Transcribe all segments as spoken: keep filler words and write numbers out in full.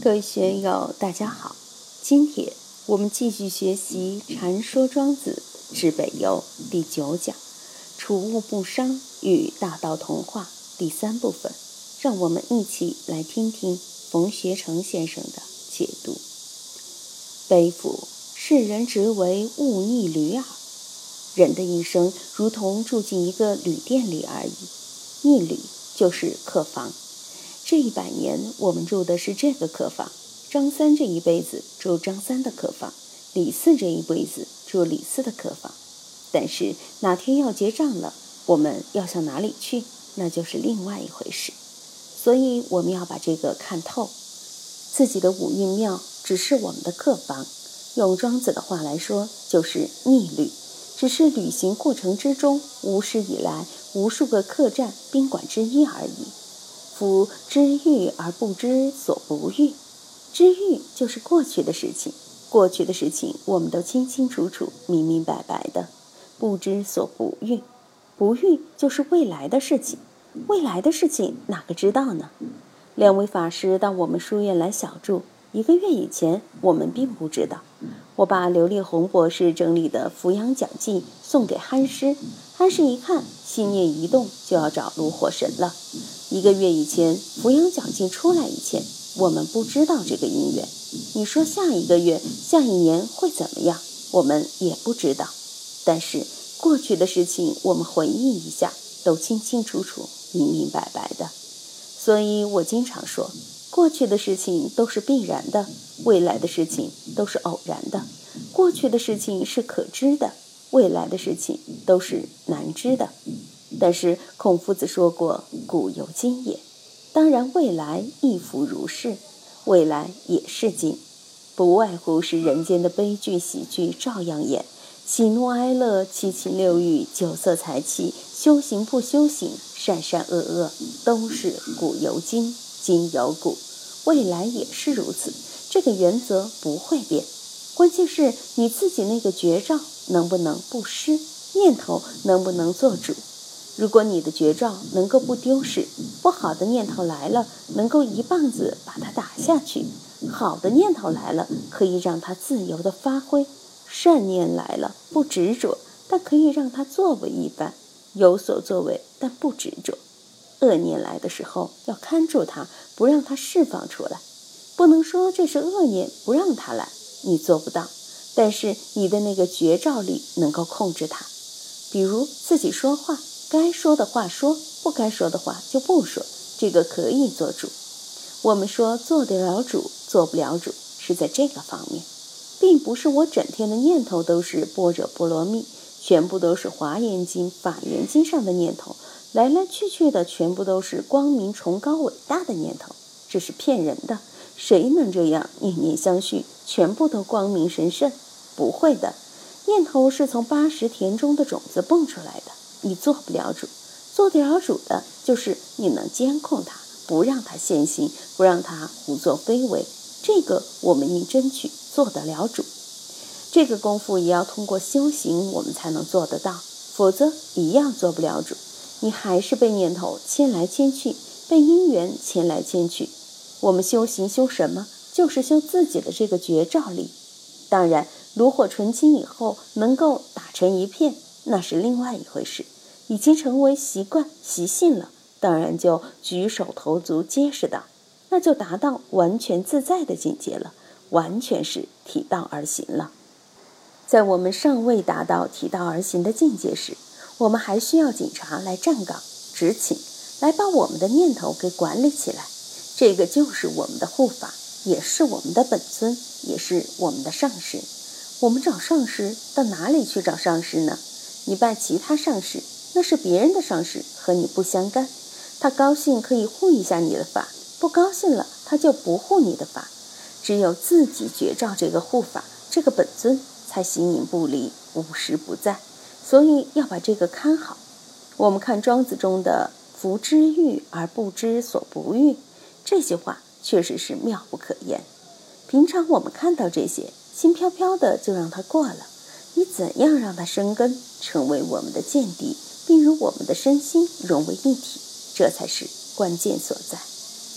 各位学友大家好，今天我们继续学习《禅说庄子之北游》第九讲储物不伤与大道同化第三部分，让我们一起来听听冯学成先生的解读。背负世人直为物逆旅耳，人的一生如同住进一个旅店里而已，逆旅就是客房。这一百年我们住的是这个客房，张三这一辈子住张三的客房，李四这一辈子住李四的客房。但是哪天要结账了，我们要向哪里去，那就是另外一回事。所以我们要把这个看透，自己的五蕴庙只是我们的客房，用庄子的话来说就是逆旅，只是旅行过程之中无始以来无数个客栈宾馆之一而已。夫知欲而不知所不欲，知欲就是过去的事情，过去的事情我们都清清楚楚明明白白的。不知所不欲，不欲就是未来的事情，未来的事情哪个知道呢？两位法师到我们书院来小住，一个月以前我们并不知道。我把刘立宏博士整理的扶阳讲记送给憨师，憨师一看，心念一动，就要找炉火神了。一个月以前，扶阳讲记出来以前，我们不知道这个因缘。你说下一个月、下一年会怎么样，我们也不知道。但是过去的事情，我们回忆一下，都清清楚楚、明明白白的。所以我经常说，过去的事情都是必然的，未来的事情都是偶然的。过去的事情是可知的，未来的事情都是难知的。但是孔夫子说过，古犹今也，当然未来亦复如是，未来也是今，不外乎是人间的悲剧喜剧照样演，喜怒哀乐七情六欲酒色财气，修行不修行，善善恶恶，都是古犹今，今犹古，未来也是如此，这个原则不会变。关键是你自己那个绝招能不能不失，念头能不能做主。如果你的绝招能够不丢失，不好的念头来了，能够一棒子把它打下去；好的念头来了，可以让它自由的发挥；善念来了，不执着，但可以让它作为一番，有所作为，但不执着。恶念来的时候，要看住它，不让它释放出来。不能说这是恶念，不让它来，你做不到。但是你的那个绝招力能够控制它。比如自己说话，该说的话说，不该说的话就不说，这个可以做主。我们说做得了主，做不了主，是在这个方面，并不是我整天的念头都是般若波罗蜜，全部都是华严经、法严经上的念头，来来去去的全部都是光明崇高伟大的念头，这是骗人的。谁能这样念念相续，全部都光明神圣？不会的，念头是从八十田中的种子蹦出来的，你做不了主。做得了主的就是你能监控它，不让它现行，不让它胡作非为，这个我们应争取做得了主。这个功夫也要通过修行我们才能做得到，否则一样做不了主。你还是被念头牵来牵去，被因缘牵来牵去。我们修行修什么？就是修自己的这个绝招力。当然炉火纯青以后能够打成一片，那是另外一回事，已经成为习惯习性了，当然就举手投足皆是道，那就达到完全自在的境界了，完全是体道而行了。在我们尚未达到体道而行的境界时，我们还需要警察来站岗执勤，来把我们的念头给管理起来。这个就是我们的护法，也是我们的本尊，也是我们的上师。我们找上师，到哪里去找上师呢？你拜其他上师，那是别人的上师，和你不相干。他高兴可以护一下你的法，不高兴了他就不护你的法。只有自己觉照这个护法，这个本尊才形影不离，无时不在。所以要把这个看好。我们看庄子中的夫知欲而不知所不欲，这些话确实是妙不可言。平常我们看到这些，轻飘飘的就让它过了。你怎样让它生根，成为我们的见地，并与我们的身心融为一体，这才是关键所在。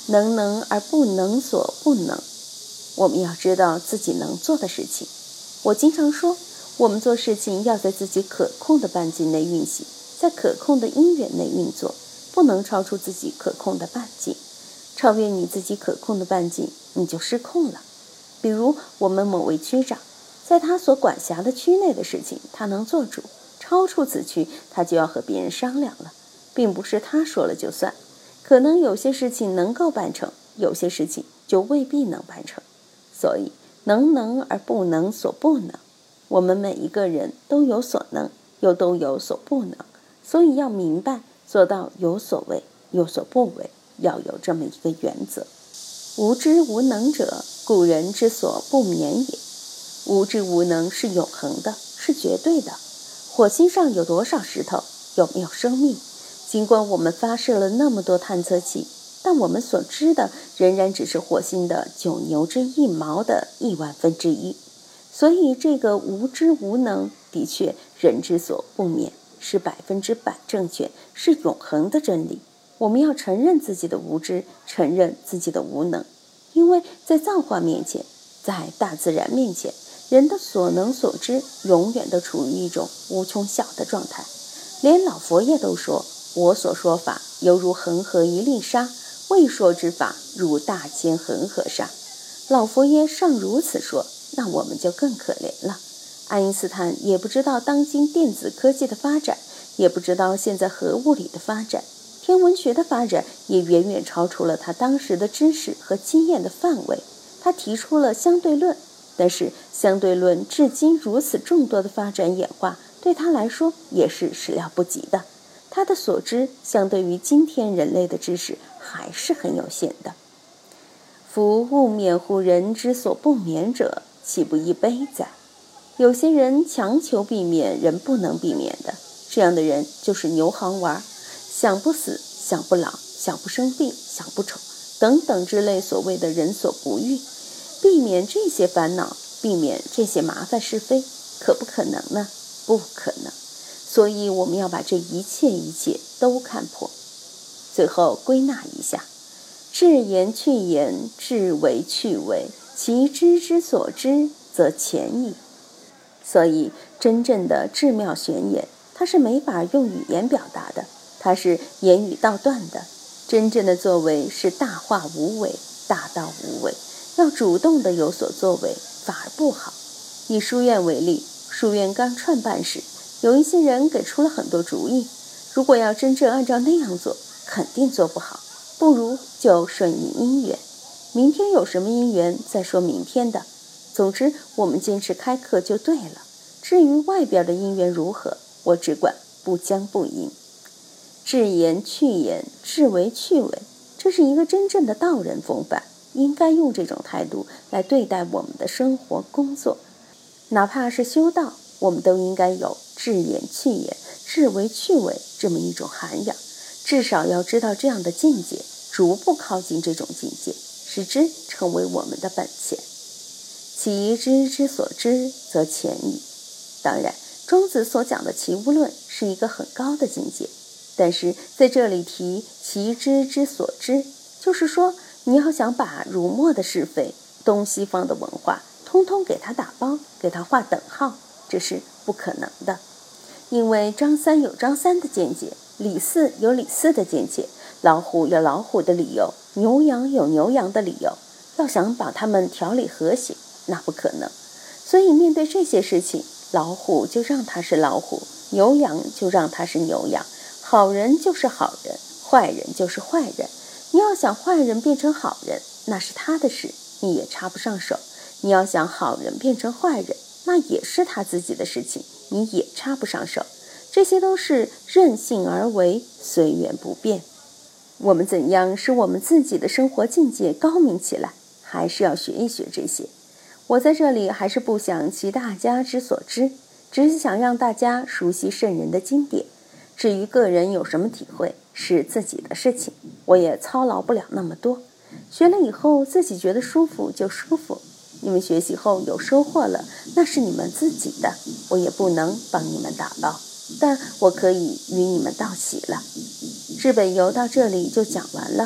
能能而不能所不能。我们要知道自己能做的事情。我经常说，我们做事情要在自己可控的半径内运行，在可控的因缘内运作，不能超出自己可控的半径。超越你自己可控的半径，你就失控了。比如我们某位区长，在他所管辖的区内的事情他能做主，超出此区他就要和别人商量了，并不是他说了就算。可能有些事情能够办成，有些事情就未必能办成。所以能能而不能所不能，我们每一个人都有所能，又都有所不能，所以要明白做到有所为有所不为，要有这么一个原则。无知无能者，故人之所不免也。无知无能是永恒的，是绝对的。火星上有多少石头？有没有生命？尽管我们发射了那么多探测器，但我们所知的仍然只是火星的九牛之一毛的亿万分之一。所以这个无知无能的确人之所不免，是百分之百正确，是永恒的真理。我们要承认自己的无知，承认自己的无能，因为在造化面前，在大自然面前，人的所能所知永远都处于一种无穷小的状态。连老佛爷都说，我所说法犹如恒河一粒沙，未说之法如大千恒河沙。老佛爷尚如此说，那我们就更可怜了。爱因斯坦也不知道当今电子科技的发展，也不知道现在核物理的发展，天文学的发展也远远超出了他当时的知识和经验的范围。他提出了相对论，但是相对论至今如此众多的发展演化，对他来说也是始料不及的。他的所知相对于今天人类的知识还是很有限的。夫勿免乎人之所不免者，岂不亦悲哉？有些人强求避免人不能避免的，这样的人就是牛行娃，想不死，想不老，想不生病，想不丑等等之类所谓的人所不欲。避免这些烦恼，避免这些麻烦是非，可不可能呢？不可能。所以我们要把这一切一切都看破。最后归纳一下，至言去言，至为去为，其知之所知，则浅矣。所以真正的至妙玄言，它是没法用语言表达的，它是言语道断的。真正的作为是大化无为，大道无为，要主动的有所作为，反而不好。以书院为例，书院刚创办时，有一些人给出了很多主意，如果要真正按照那样做，肯定做不好，不如就顺应因缘，明天有什么因缘再说明天的。总之我们坚持开课就对了，至于外边的因缘如何，我只管不将不迎。至言去言，至为去为，这是一个真正的道人风范，应该用这种态度来对待我们的生活工作。哪怕是修道，我们都应该有至言去言，至为去为这么一种涵养，至少要知道这样的境界，逐步靠近这种境界，使之成为我们的本钱。其知之所知，则浅矣。当然，庄子所讲的齐物论是一个很高的境界，但是在这里提其知之所知，就是说你要想把儒墨的是非、东西方的文化通通给它打包，给它画等号，这是不可能的。因为张三有张三的见解，李四有李四的见解，老虎有老虎的理由，牛羊有牛羊的理由，要想把它们条理和谐，那不可能。所以面对这些事情，老虎就让它是老虎，牛羊就让它是牛羊，好人就是好人，坏人就是坏人。你要想坏人变成好人，那是他的事，你也插不上手。你要想好人变成坏人，那也是他自己的事情，你也插不上手。这些都是任性而为，随缘不变。我们怎样使我们自己的生活境界高明起来，还是要学一学这些。我在这里还是不想其大家之所知，只是想让大家熟悉圣人的经典。至于个人有什么体会，是自己的事情，我也操劳不了那么多。学了以后自己觉得舒服就舒服，你们学习后有收获了，那是你们自己的，我也不能帮你们打包，但我可以与你们道喜了。日本游到这里就讲完了。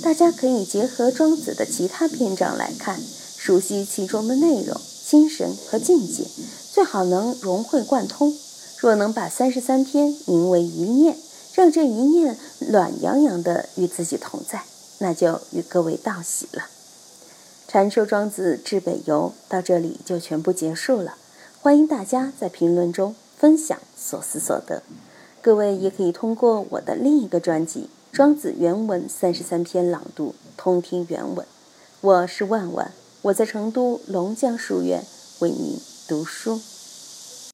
大家可以结合庄子的其他篇章来看，熟悉其中的内容、精神和境界，最好能融会贯通。若能把三十三篇凝为一念，让这一念暖洋洋地与自己同在，那就与各位道喜了。禅说庄子至北游到这里就全部结束了，欢迎大家在评论中分享所思所得。各位也可以通过我的另一个专辑《庄子原文三十三篇朗读》通听原文。我是万万，我在成都龙江书院为您读书。